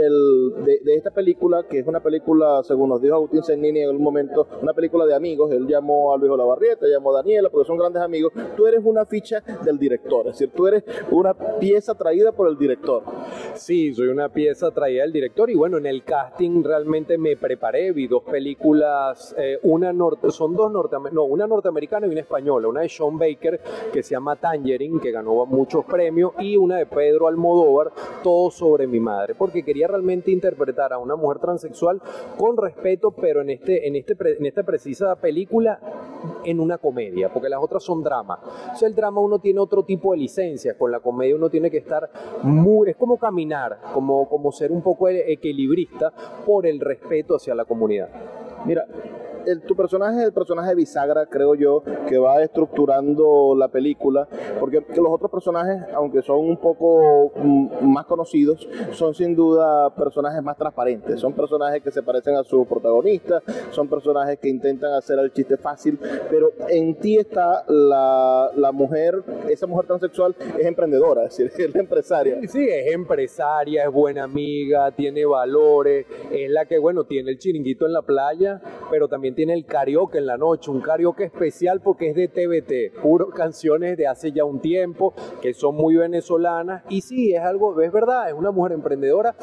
de esta película, que es una película, según nos dijo Agustín Cennini en algún momento, una película de amigos, él llamó a Luis Olavarrieta, llamó a Daniela, porque son grandes amigos, tú eres una ficha del director, es decir, tú eres una pieza traída por el director. Sí, soy una pieza traída del director y bueno, en el casting realmente me preparé, vi dos películas, una norteamericana y una española, una de Sean Baker que se llama Tangerine, que ganó muchos premios, y una de Pedro Almodóvar, Todo sobre mi madre, porque quería realmente interpretar a una mujer transexual con respeto, pero en esta precisa película en una comedia, porque las otras son drama. O sea, el drama uno tiene otro tipo de licencias, con la comedia uno tiene que estar es como caminar, como ser un poco equilibrista por el respeto hacia la comunidad. Mira, tu personaje, el personaje bisagra, creo yo, que va estructurando la película, porque los otros personajes, aunque son un poco más conocidos, son sin duda personajes más transparentes, son personajes que se parecen a su protagonista, son personajes que intentan hacer el chiste fácil, pero en ti está la mujer, esa mujer transexual es emprendedora, es decir, es la empresaria. Sí, es empresaria, es buena amiga, tiene valores, es la que, bueno, tiene el chiringuito en la playa, pero también tiene el karaoke en la noche, un karaoke especial porque es de TBT, puro canciones de hace ya un tiempo, que son muy venezolanas, y sí, es verdad, es una mujer emprendedora.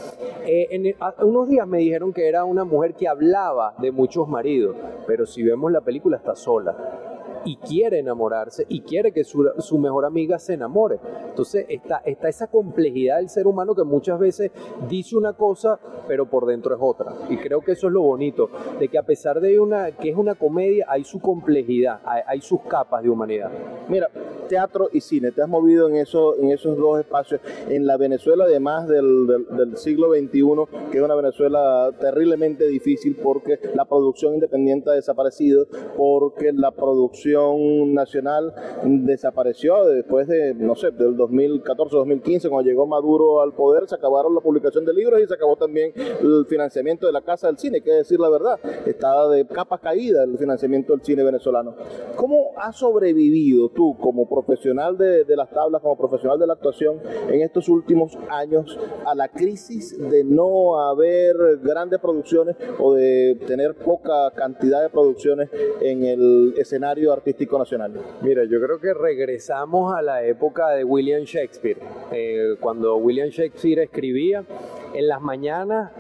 Unos días me dijeron que era una mujer que hablaba de muchos maridos, pero si vemos la película está sola. Y quiere enamorarse y quiere que su mejor amiga se enamore. Entonces está esa complejidad del ser humano que muchas veces dice una cosa pero por dentro es otra, y creo que eso es lo bonito, de que a pesar de que es una comedia, hay su complejidad, hay sus capas de humanidad. Mira, teatro y cine, te has movido en esos dos espacios, en la Venezuela además del siglo XXI, que es una Venezuela terriblemente difícil porque la producción independiente ha desaparecido, porque la producción nacional desapareció después de, no sé, del 2014-2015, cuando llegó Maduro al poder, se acabaron la publicación de libros y se acabó también el financiamiento de la Casa del Cine, hay que decir la verdad, está de capa caída el financiamiento del cine venezolano. ¿Cómo has sobrevivido tú como profesional de las tablas, como profesional de la actuación en estos últimos años a la crisis de no haber grandes producciones o de tener poca cantidad de producciones en el escenario artístico nacional? Mira, yo creo que regresamos a la época de William Shakespeare, cuando William Shakespeare escribía, en las mañanas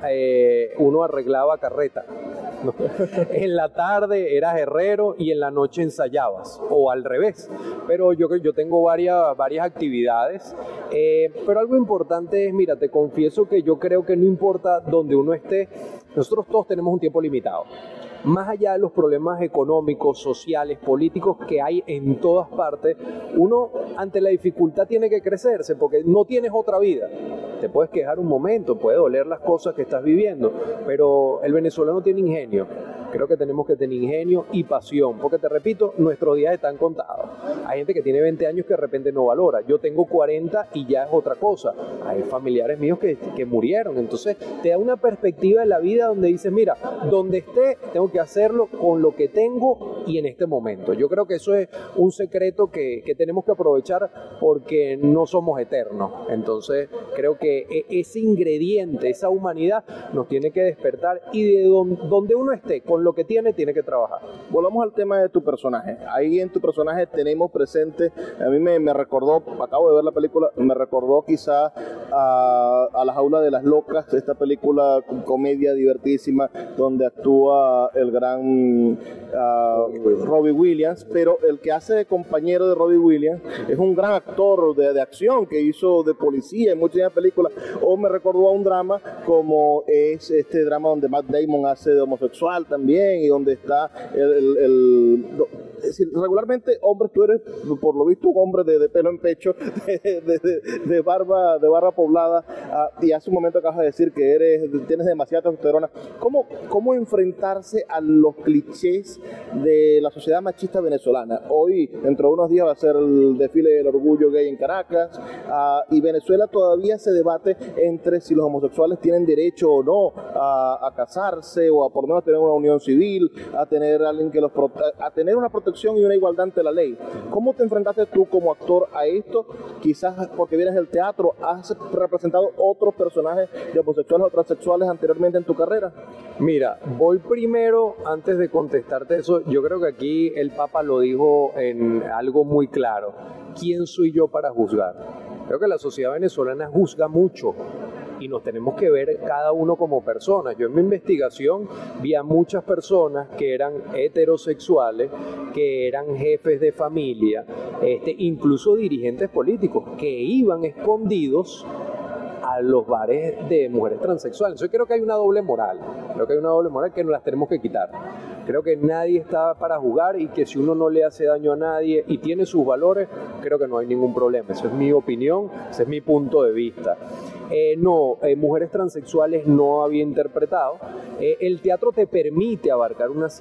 uno arreglaba carreta, ¿no? En la tarde eras herrero y en la noche ensayabas, o al revés. Pero yo tengo varias actividades, pero algo importante es, mira, te confieso que yo creo que no importa donde uno esté, nosotros todos tenemos un tiempo limitado. Más allá de los problemas económicos, sociales, políticos que hay en todas partes, uno ante la dificultad tiene que crecerse porque no tienes otra vida. Te puedes quejar un momento, puede doler las cosas que estás viviendo, pero el venezolano tiene ingenio. Creo que tenemos que tener ingenio y pasión, porque te repito, nuestros días están contados. Hay gente que tiene 20 años que de repente no valora. Yo tengo 40 y ya es otra cosa. Hay familiares míos que murieron. Entonces te da una perspectiva de la vida donde dices, mira, donde esté tengo que hacerlo con lo que tengo y en este momento. Yo creo que eso es un secreto que tenemos que aprovechar porque no somos eternos. Entonces creo que ese ingrediente, esa humanidad nos tiene que despertar, y de donde uno esté, con lo que tiene que trabajar. Volvamos al tema de tu personaje. Ahí en tu personaje tenemos presente, a mí me recordó, acabo de ver la película, me recordó quizá a La Jaula de las Locas, esta película comedia divertísima donde actúa el gran Robbie Williams, pero el que hace de compañero de Robbie Williams es un gran actor de acción que hizo de policía en muchas películas, o me recordó a un drama como es este drama donde Matt Damon hace de homosexual también, también, y donde está es decir, regularmente hombres, tú eres por lo visto un hombre de pelo en pecho, de barba poblada, y hace un momento acabas de decir que tienes demasiada testosterona. ¿Cómo enfrentarse a los clichés de la sociedad machista venezolana? Hoy, dentro de unos días, va a ser el desfile del orgullo gay en Caracas, y Venezuela todavía se debate entre si los homosexuales tienen derecho o no a casarse, o a por lo menos tener una unión civil, a tener alguien que a tener una protección y una igualdad ante la ley. ¿Cómo te enfrentaste tú como actor a esto? Quizás porque vienes del teatro, ¿has representado otros personajes de homosexuales o transexuales anteriormente en tu carrera? Mira, voy primero, antes de contestarte eso, yo creo que aquí el Papa lo dijo en algo muy claro. ¿Quién soy yo para juzgar? Creo que la sociedad venezolana juzga mucho y nos tenemos que ver cada uno como personas. Yo en mi investigación vi a muchas personas que eran heterosexuales, que eran jefes de familia, incluso dirigentes políticos, que iban escondidos a los bares de mujeres transexuales. Yo creo que hay una doble moral, que nos las tenemos que quitar. Creo que nadie está para jugar, y que si uno no le hace daño a nadie y tiene sus valores, creo que no hay ningún problema. Esa es mi opinión, ese es mi punto de vista. Mujeres transexuales no había interpretado. El teatro te permite abarcar un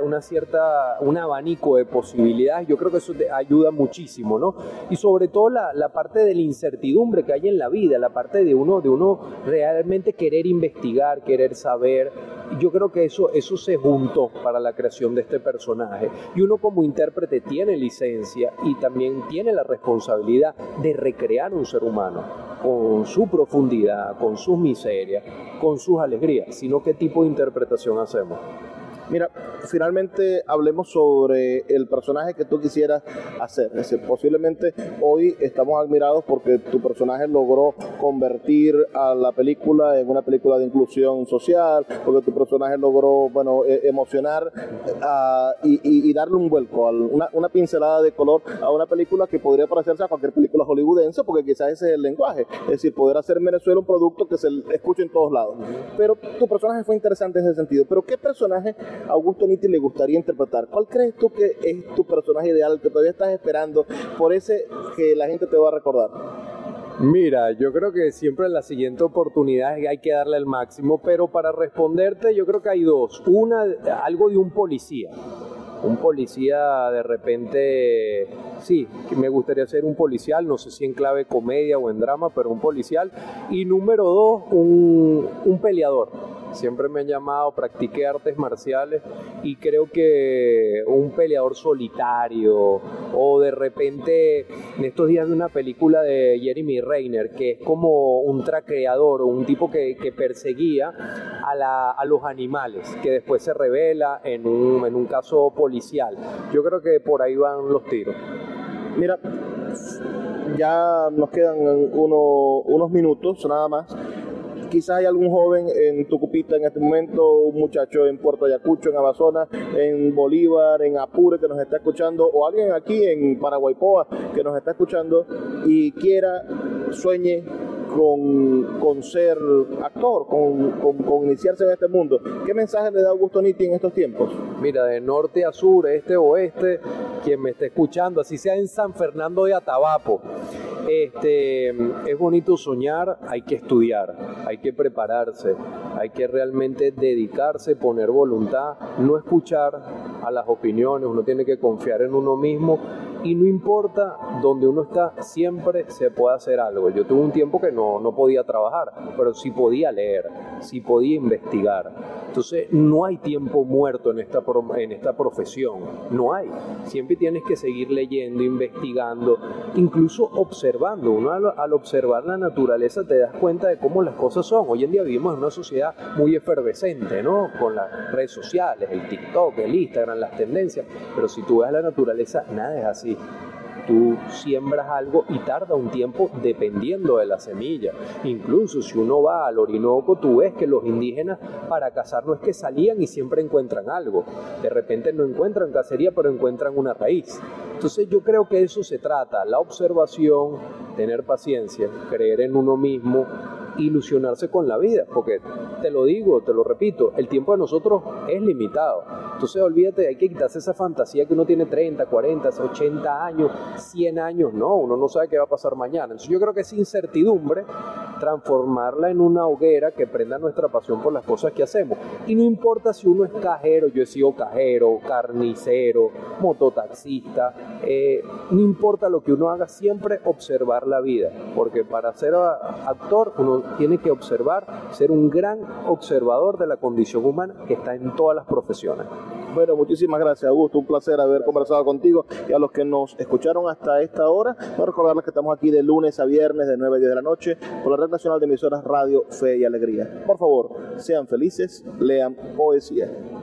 abanico de posibilidades. Yo creo que eso te ayuda muchísimo, ¿no? Y sobre todo la parte de la incertidumbre que hay en la vida, la parte de uno realmente querer investigar, querer saber. Yo creo que eso se juntó para la creación de este personaje. Y uno como intérprete tiene licencia y también tiene la responsabilidad de recrear un ser humano con su profundidad, con sus miserias, con sus alegrías, sino qué tipo de interpretación hacemos. Mira, finalmente hablemos sobre el personaje que tú quisieras hacer. Es decir, posiblemente hoy estamos admirados porque tu personaje logró convertir a la película en una película de inclusión social, porque tu personaje logró, emocionar y darle un vuelco, una pincelada de color a una película que podría parecerse a cualquier película hollywoodense, porque quizás ese es el lenguaje. Es decir, poder hacer en Venezuela un producto que se escuche en todos lados. Pero tu personaje fue interesante en ese sentido. Pero ¿qué personaje a Augusto Nitti le gustaría interpretar? ¿Cuál crees tú que es tu personaje ideal, que todavía estás esperando por ese que la gente te va a recordar? Mira, yo creo que siempre en la siguiente oportunidad hay que darle el máximo, pero para responderte yo creo que hay dos. Una, algo de un policía. Un policía de repente, sí, que me gustaría ser un policial, no sé si en clave comedia o en drama, pero un policial. Y número dos, un peleador. Siempre me han llamado, practiqué artes marciales y creo que un peleador solitario, o de repente en estos días vi una película de Jeremy Renner que es como un traqueador, un tipo que perseguía a los animales, que después se revela en un caso policial. Yo creo que por ahí van los tiros. Mira, ya nos quedan unos minutos nada más. Quizás hay algún joven en Tucupita en este momento, un muchacho en Puerto Ayacucho, en Amazonas, en Bolívar, en Apure, que nos está escuchando, o alguien aquí en Paraguaypoa que nos está escuchando y sueñe con ser actor, con iniciarse en este mundo. ¿Qué mensaje le da Augusto Nitti en estos tiempos? Mira, de norte a sur, este a oeste, quien me esté escuchando, así sea en San Fernando de Atabapo, es bonito soñar, hay que estudiar, hay que prepararse, hay que realmente dedicarse, poner voluntad, no escuchar a las opiniones, uno tiene que confiar en uno mismo y no importa dónde uno está, siempre se puede hacer algo. Yo tuve un tiempo que no podía trabajar, pero sí podía leer, sí podía investigar. Entonces no hay tiempo muerto en esta profesión, no hay. Siempre tienes que seguir leyendo, investigando, incluso observando. Uno al observar la naturaleza te das cuenta de cómo las cosas son. Hoy en día vivimos en una sociedad muy efervescente, ¿no? Con las redes sociales, el TikTok, el Instagram, las tendencias, pero si tú ves la naturaleza, nada es así. Tú siembras algo y tarda un tiempo dependiendo de la semilla. Incluso si uno va al Orinoco, tú ves que los indígenas para cazar no es que salían y siempre encuentran algo. De repente no encuentran cacería, pero encuentran una raíz. Entonces yo creo que de eso se trata, la observación, tener paciencia, creer en uno mismo, ilusionarse con la vida, porque te lo digo, te lo repito, el tiempo de nosotros es limitado. Entonces olvídate, hay que quitarse esa fantasía que uno tiene 30, 40, 80 años, 100 años, no, uno no sabe qué va a pasar mañana. Entonces yo creo que esa incertidumbre, transformarla en una hoguera que prenda nuestra pasión por las cosas que hacemos. Y no importa si uno es cajero, yo he sido cajero, carnicero, mototaxista, no importa lo que uno haga, siempre observar la vida, porque para ser actor uno tiene que observar, ser un gran observador de la condición humana que está en todas las profesiones. Bueno, muchísimas gracias, Augusto. Un placer haber conversado contigo. Y a los que nos escucharon hasta esta hora, quiero recordarles que estamos aquí de lunes a viernes de 9 a 10 de la noche por la Red Nacional de Emisoras Radio Fe y Alegría. Por favor, sean felices, lean poesía.